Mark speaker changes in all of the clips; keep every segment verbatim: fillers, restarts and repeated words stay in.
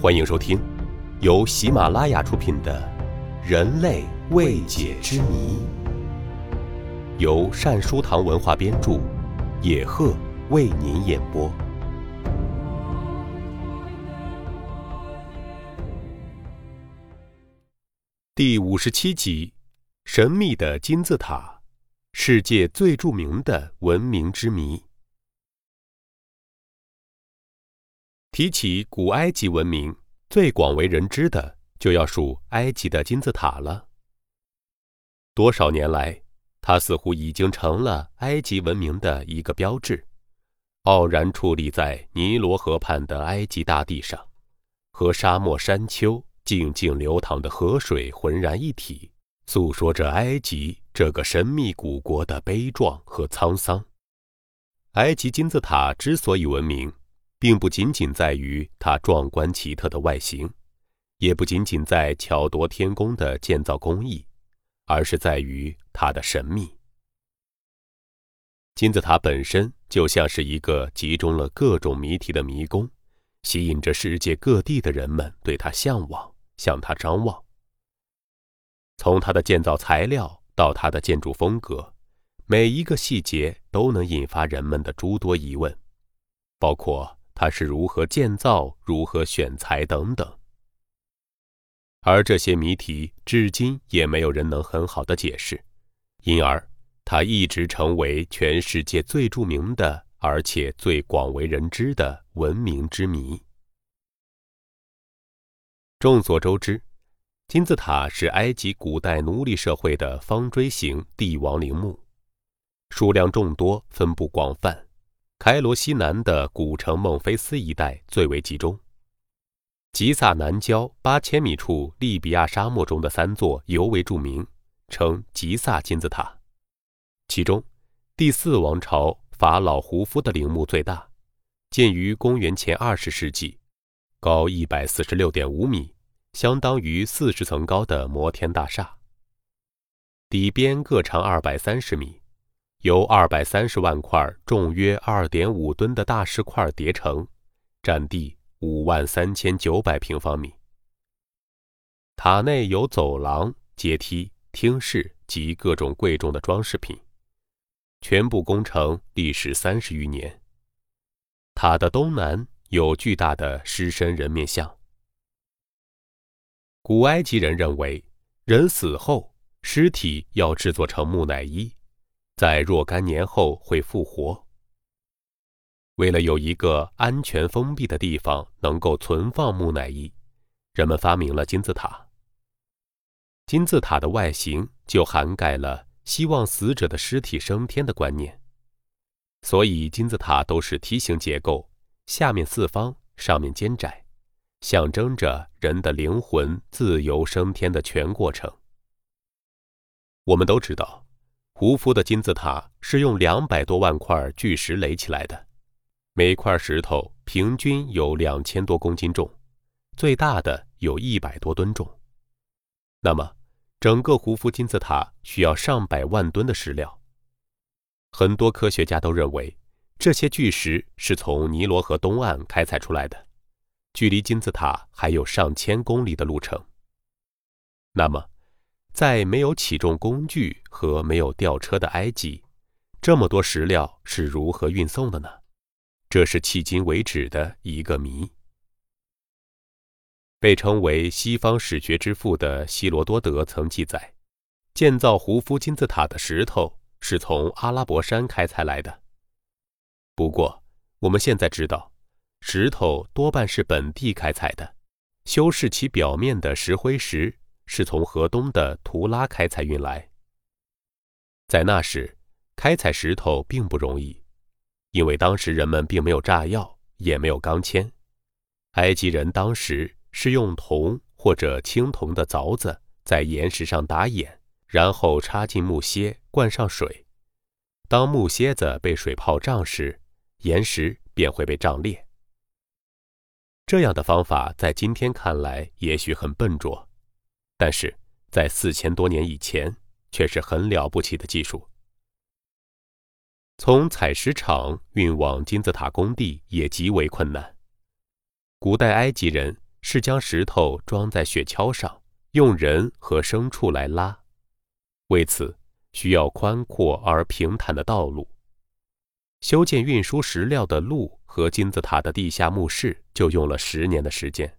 Speaker 1: 欢迎收听由喜马拉雅出品的《人类未解之谜》，由善书堂文化编著，野鹤为您演播。第五十七集：神秘的金字塔，世界最著名的文明之谜。提起古埃及文明，最广为人知的就要数埃及的金字塔了。多少年来，它似乎已经成了埃及文明的一个标志，傲然矗立在尼罗河畔的埃及大地上，和沙漠山丘静静流淌的河水浑然一体，诉说着埃及这个神秘古国的悲壮和沧桑。埃及金字塔之所以闻名，并不仅仅在于它壮观奇特的外形，也不仅仅在巧夺天工的建造工艺，而是在于它的神秘。金字塔本身就像是一个集中了各种谜题的迷宫，吸引着世界各地的人们对它向往，向它张望。从它的建造材料到它的建筑风格，每一个细节都能引发人们的诸多疑问，包括它是如何建造、如何选材等等。而这些谜题至今也没有人能很好的解释，因而它一直成为全世界最著名的而且最广为人知的文明之谜。众所周知，金字塔是埃及古代奴隶社会的方锥形帝王陵墓，数量众多，分布广泛，开罗西南的古城孟菲斯一带最为集中。吉萨南郊八千米处利比亚沙漠中的三座尤为著名，称吉萨金字塔。其中第四王朝法老胡夫的陵墓最大，建于公元前二十世纪，高 一百四十六点五米，相当于四十层高的摩天大厦。底边各长二百三十米，由二百三十万块重约 二点五吨的大石块叠成，占地五万三千九百平方米。塔内有走廊、阶梯、厅室及各种贵重的装饰品，全部工程历时三十余年。塔的东南有巨大的狮身人面像。古埃及人认为，人死后尸体要制作成木乃伊，在若干年后会复活。为了有一个安全封闭的地方能够存放木乃伊，人们发明了金字塔。金字塔的外形就涵盖了希望死者的尸体升天的观念，所以金字塔都是梯形结构，下面四方，上面尖窄，象征着人的灵魂自由升天的全过程。我们都知道，胡夫的金字塔是用两百多万块巨石垒起来的，每块石头平均有两千多公斤重，最大的有一百多吨重。那么，整个胡夫金字塔需要上百万吨的石料。很多科学家都认为，这些巨石是从尼罗河东岸开采出来的，距离金字塔还有上千公里的路程。那么，在没有起重工具和没有吊车的埃及，这么多石料是如何运送的呢？这是迄今为止的一个谜。被称为西方史学之父的希罗多德曾记载，建造胡夫金字塔的石头是从阿拉伯山开采来的。不过，我们现在知道，石头多半是本地开采的，修饰其表面的石灰石是从河东的图拉开采运来。在那时，开采石头并不容易，因为当时人们并没有炸药，也没有钢钎。埃及人当时是用铜或者青铜的凿子在岩石上打眼，然后插进木楔，灌上水。当木楔子被水泡胀时，岩石便会被胀裂。这样的方法在今天看来也许很笨拙，但是在四千多年以前却是很了不起的技术。从采石场运往金字塔工地也极为困难。古代埃及人是将石头装在雪橇上，用人和牲畜来拉。为此，需要宽阔而平坦的道路。修建运输石料的路和金字塔的地下墓室就用了十年的时间。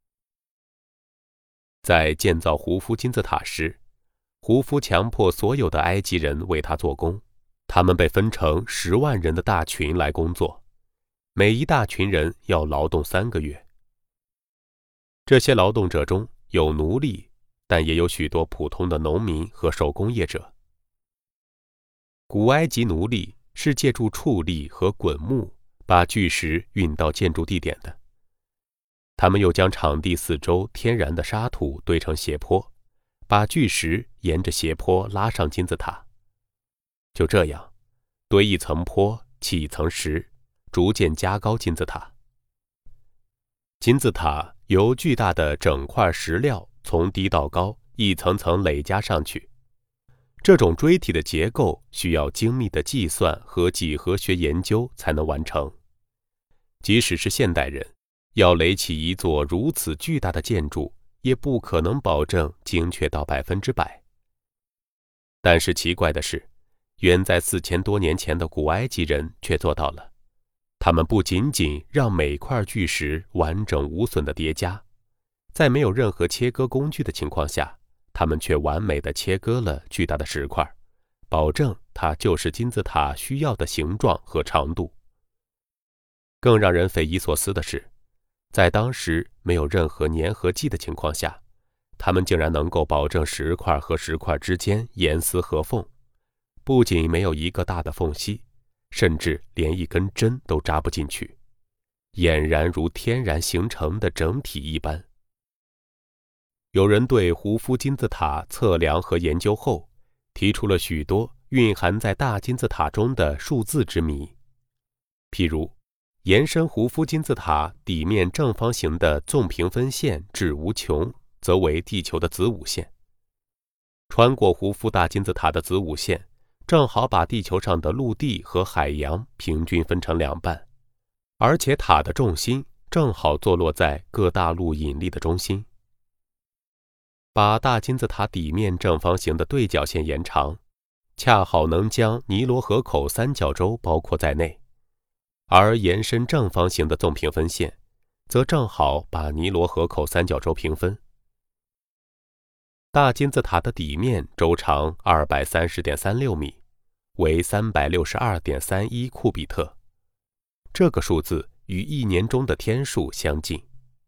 Speaker 1: 在建造胡夫金字塔时，胡夫强迫所有的埃及人为他做工，他们被分成十万人的大群来工作，每一大群人要劳动三个月。这些劳动者中有奴隶，但也有许多普通的农民和手工业者。古埃及奴隶是借助畜力和滚木把巨石运到建筑地点的。他们又将场地四周天然的沙土堆成斜坡，把巨石沿着斜坡拉上金字塔。就这样，堆一层坡，砌一层石，逐渐加高金字塔。金字塔由巨大的整块石料从低到高一层层累加上去。这种锥体的结构需要精密的计算和几何学研究才能完成。即使是现代人，要垒起一座如此巨大的建筑，也不可能保证精确到百分之百。但是奇怪的是，远在四千多年前的古埃及人却做到了。他们不仅仅让每块巨石完整无损地叠加，在没有任何切割工具的情况下，他们却完美地切割了巨大的石块，保证它就是金字塔需要的形状和长度。更让人匪夷所思的是，在当时没有任何粘合剂的情况下，他们竟然能够保证石块和石块之间严丝合缝，不仅没有一个大的缝隙，甚至连一根针都扎不进去，俨然如天然形成的整体一般。有人对胡夫金字塔测量和研究后，提出了许多蕴含在大金字塔中的数字之谜。譬如，延伸胡夫金字塔底面正方形的纵平分线至无穷，则为地球的子午线。穿过胡夫大金字塔的子午线，正好把地球上的陆地和海洋平均分成两半，而且塔的重心正好坐落在各大陆引力的中心。把大金字塔底面正方形的对角线延长，恰好能将尼罗河口三角洲包括在内，而延伸正方形的纵平分线则正好把尼罗河口三角洲平分。大金字塔的底面周长 二百三十点三六米，为 三百六十二点三一库比特，这个数字与一年中的天数相近。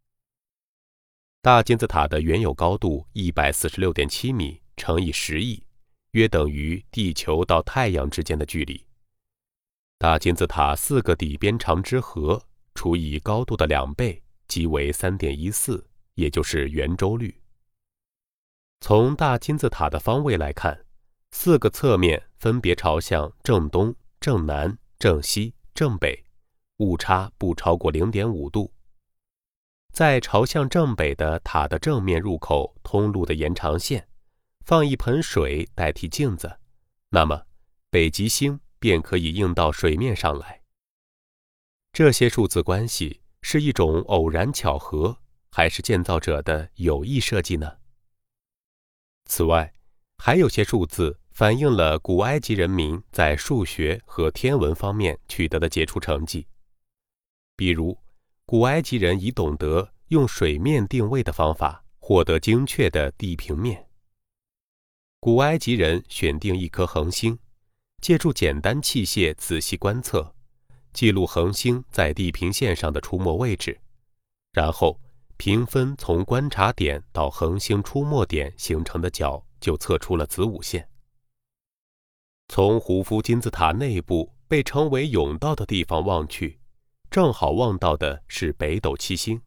Speaker 1: 大金字塔的原有高度 一百四十六点七米乘以十亿，约等于地球到太阳之间的距离。大金字塔四个底边长之和除以高度的两倍，即为 三点一四，也就是圆周率。从大金字塔的方位来看，四个侧面分别朝向正东、正南、正西、正北，误差不超过 零点五度。在朝向正北的塔的正面入口通路的延长线，放一盆水代替镜子，那么北极星便可以映到水面上来。这些数字关系是一种偶然巧合，还是建造者的有意设计呢？此外，还有些数字反映了古埃及人民在数学和天文方面取得的杰出成绩。比如，古埃及人已懂得用水面定位的方法获得精确的地平面。古埃及人选定一颗恒星，借助简单器械仔细观测，记录恒星在地平线上的出没位置，然后平分从观察点到恒星出没点形成的角，就测出了子午线。从胡夫金字塔内部被称为甬道的地方望去，正好望到的是北斗七星。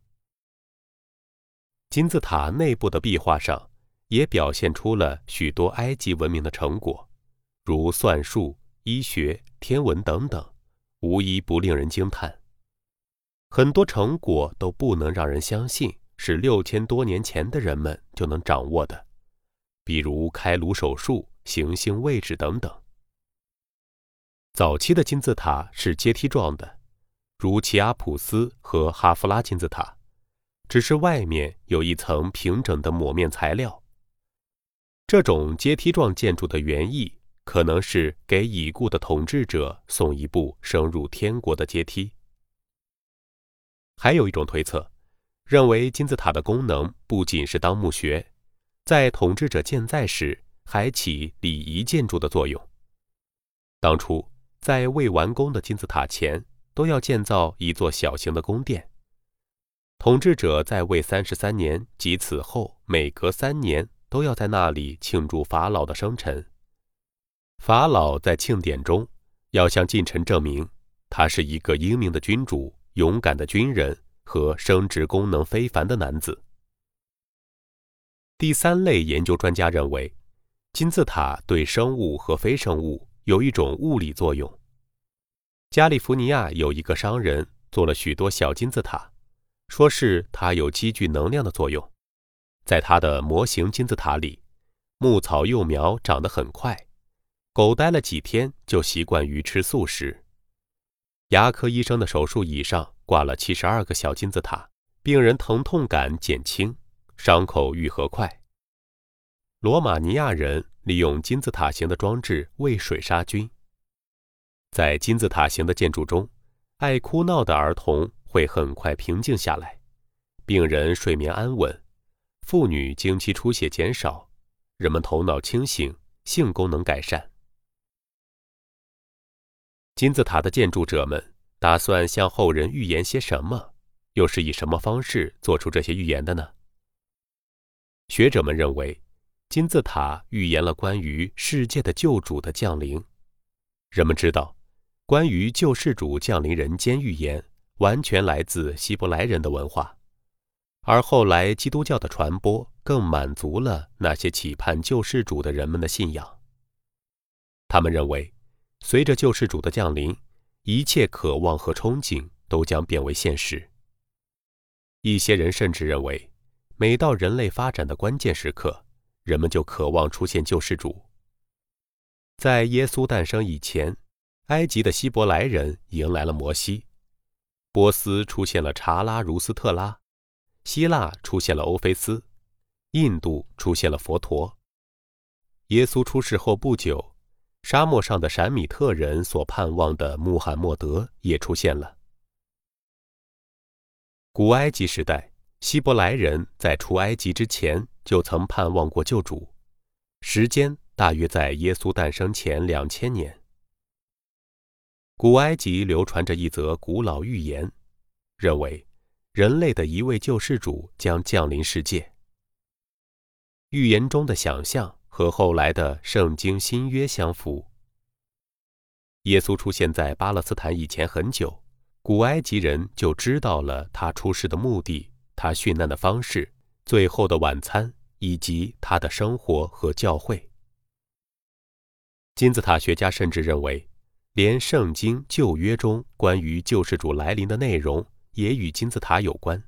Speaker 1: 金字塔内部的壁画上也表现出了许多埃及文明的成果，如算术、医学、天文等等，无一不令人惊叹。很多成果都不能让人相信是六千多年前的人们就能掌握的，比如开颅手术、行星位置等等。早期的金字塔是阶梯状的，如奇阿普斯和哈夫拉金字塔， 只是外面有一层平整的抹面材料。这种阶梯状建筑的原意可能是给已故的统治者送一部升入天国的阶梯。还有一种推测，认为金字塔的功能不仅是当墓穴，在统治者健在时还起礼仪建筑的作用。当初在未完工的金字塔前都要建造一座小型的宫殿，统治者在位三十三年及此后每隔三年都要在那里庆祝法老的生辰。法老在庆典中要向近臣证明他是一个英明的君主、勇敢的军人和生殖功能非凡的男子。第三类研究专家认为，金字塔对生物和非生物有一种物理作用。加利福尼亚有一个商人做了许多小金字塔，说是它有积聚能量的作用。在他的模型金字塔里，牧草幼苗长得很快，狗待了几天就习惯于吃素食。牙科医生的手术椅上挂了七十二个小金字塔，病人疼痛感减轻，伤口愈合快。罗马尼亚人利用金字塔形的装置喂水杀菌。在金字塔形的建筑中，爱哭闹的儿童会很快平静下来，病人睡眠安稳，妇女经期出血减少，人们头脑清醒，性功能改善。金字塔的建筑者们打算向后人预言些什么？又是以什么方式做出这些预言的呢？学者们认为，金字塔预言了关于世界的救主的降临。人们知道，关于救世主降临人间预言完全来自希伯来人的文化，而后来基督教的传播更满足了那些期盼救世主的人们的信仰。他们认为，随着救世主的降临，一切渴望和憧憬都将变为现实。一些人甚至认为，每到人类发展的关键时刻，人们就渴望出现救世主。在耶稣诞生以前，埃及的希伯来人迎来了摩西，波斯出现了查拉如斯特拉，希腊出现了欧菲斯，印度出现了佛陀。耶稣出世后不久，沙漠上的闪米特人所盼望的穆罕默德也出现了。古埃及时代，希伯来人在出埃及之前就曾盼望过救主，时间大约在耶稣诞生前两千年。古埃及流传着一则古老预言，认为人类的一位救世主将降临世界。预言中的想象和后来的圣经新约相符。耶稣出现在巴勒斯坦以前很久，古埃及人就知道了他出世的目的，他殉难的方式，最后的晚餐，以及他的生活和教会。金字塔学家甚至认为，连圣经旧约中关于救世主来临的内容也与金字塔有关。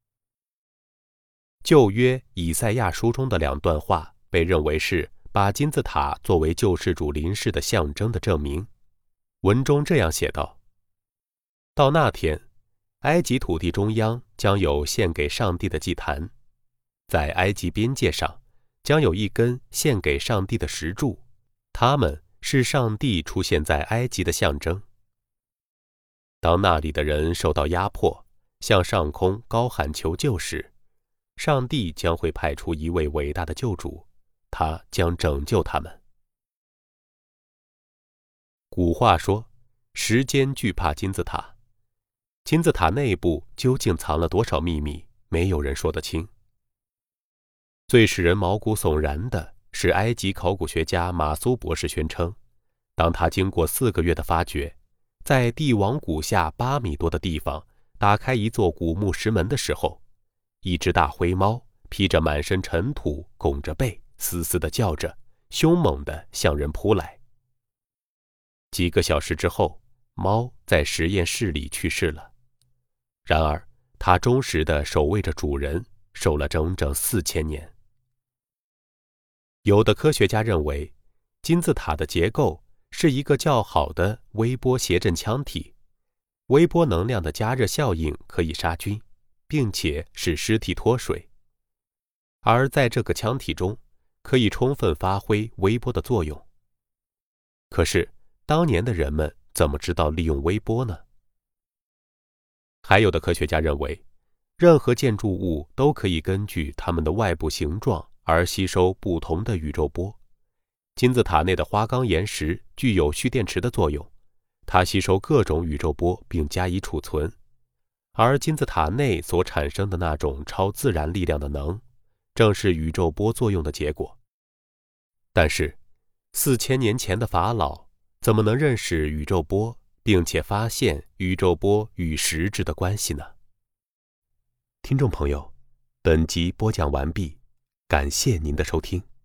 Speaker 1: 旧约以赛亚书中的两段话被认为是把金字塔作为救世主临世的象征的证明。文中这样写道：到那天，埃及土地中央将有献给上帝的祭坛，在埃及边界上将有一根献给上帝的石柱，它们是上帝出现在埃及的象征。当那里的人受到压迫，向上空高喊求救时，上帝将会派出一位伟大的救主，他将拯救他们。古话说，时间惧怕金字塔。金字塔内部究竟藏了多少秘密，没有人说得清。最使人毛骨悚然的是，埃及考古学家马苏博士宣称，当他经过四个月的发掘，在帝王谷下八米多的地方打开一座古墓石门的时候，一只大灰猫披着满身尘土，拱着背，嘶嘶地叫着，凶猛地向人扑来。几个小时之后，猫在实验室里去世了。然而，它忠实地守卫着主人，守了整整四千年。有的科学家认为，金字塔的结构是一个较好的微波谐振腔体，微波能量的加热效应可以杀菌， 并且使尸体脱水。而在这个腔体中，可以充分发挥微波的作用。可是，当年的人们怎么知道利用微波呢？还有的科学家认为，任何建筑物都可以根据它们的外部形状而吸收不同的宇宙波。金字塔内的花岗岩石具有蓄电池的作用，它吸收各种宇宙波并加以储存。而金字塔内所产生的那种超自然力量的能，正是宇宙波作用的结果。但是，四千年前的法老怎么能认识宇宙波，并且发现宇宙波与实质的关系呢？听众朋友，本集播讲完毕，感谢您的收听。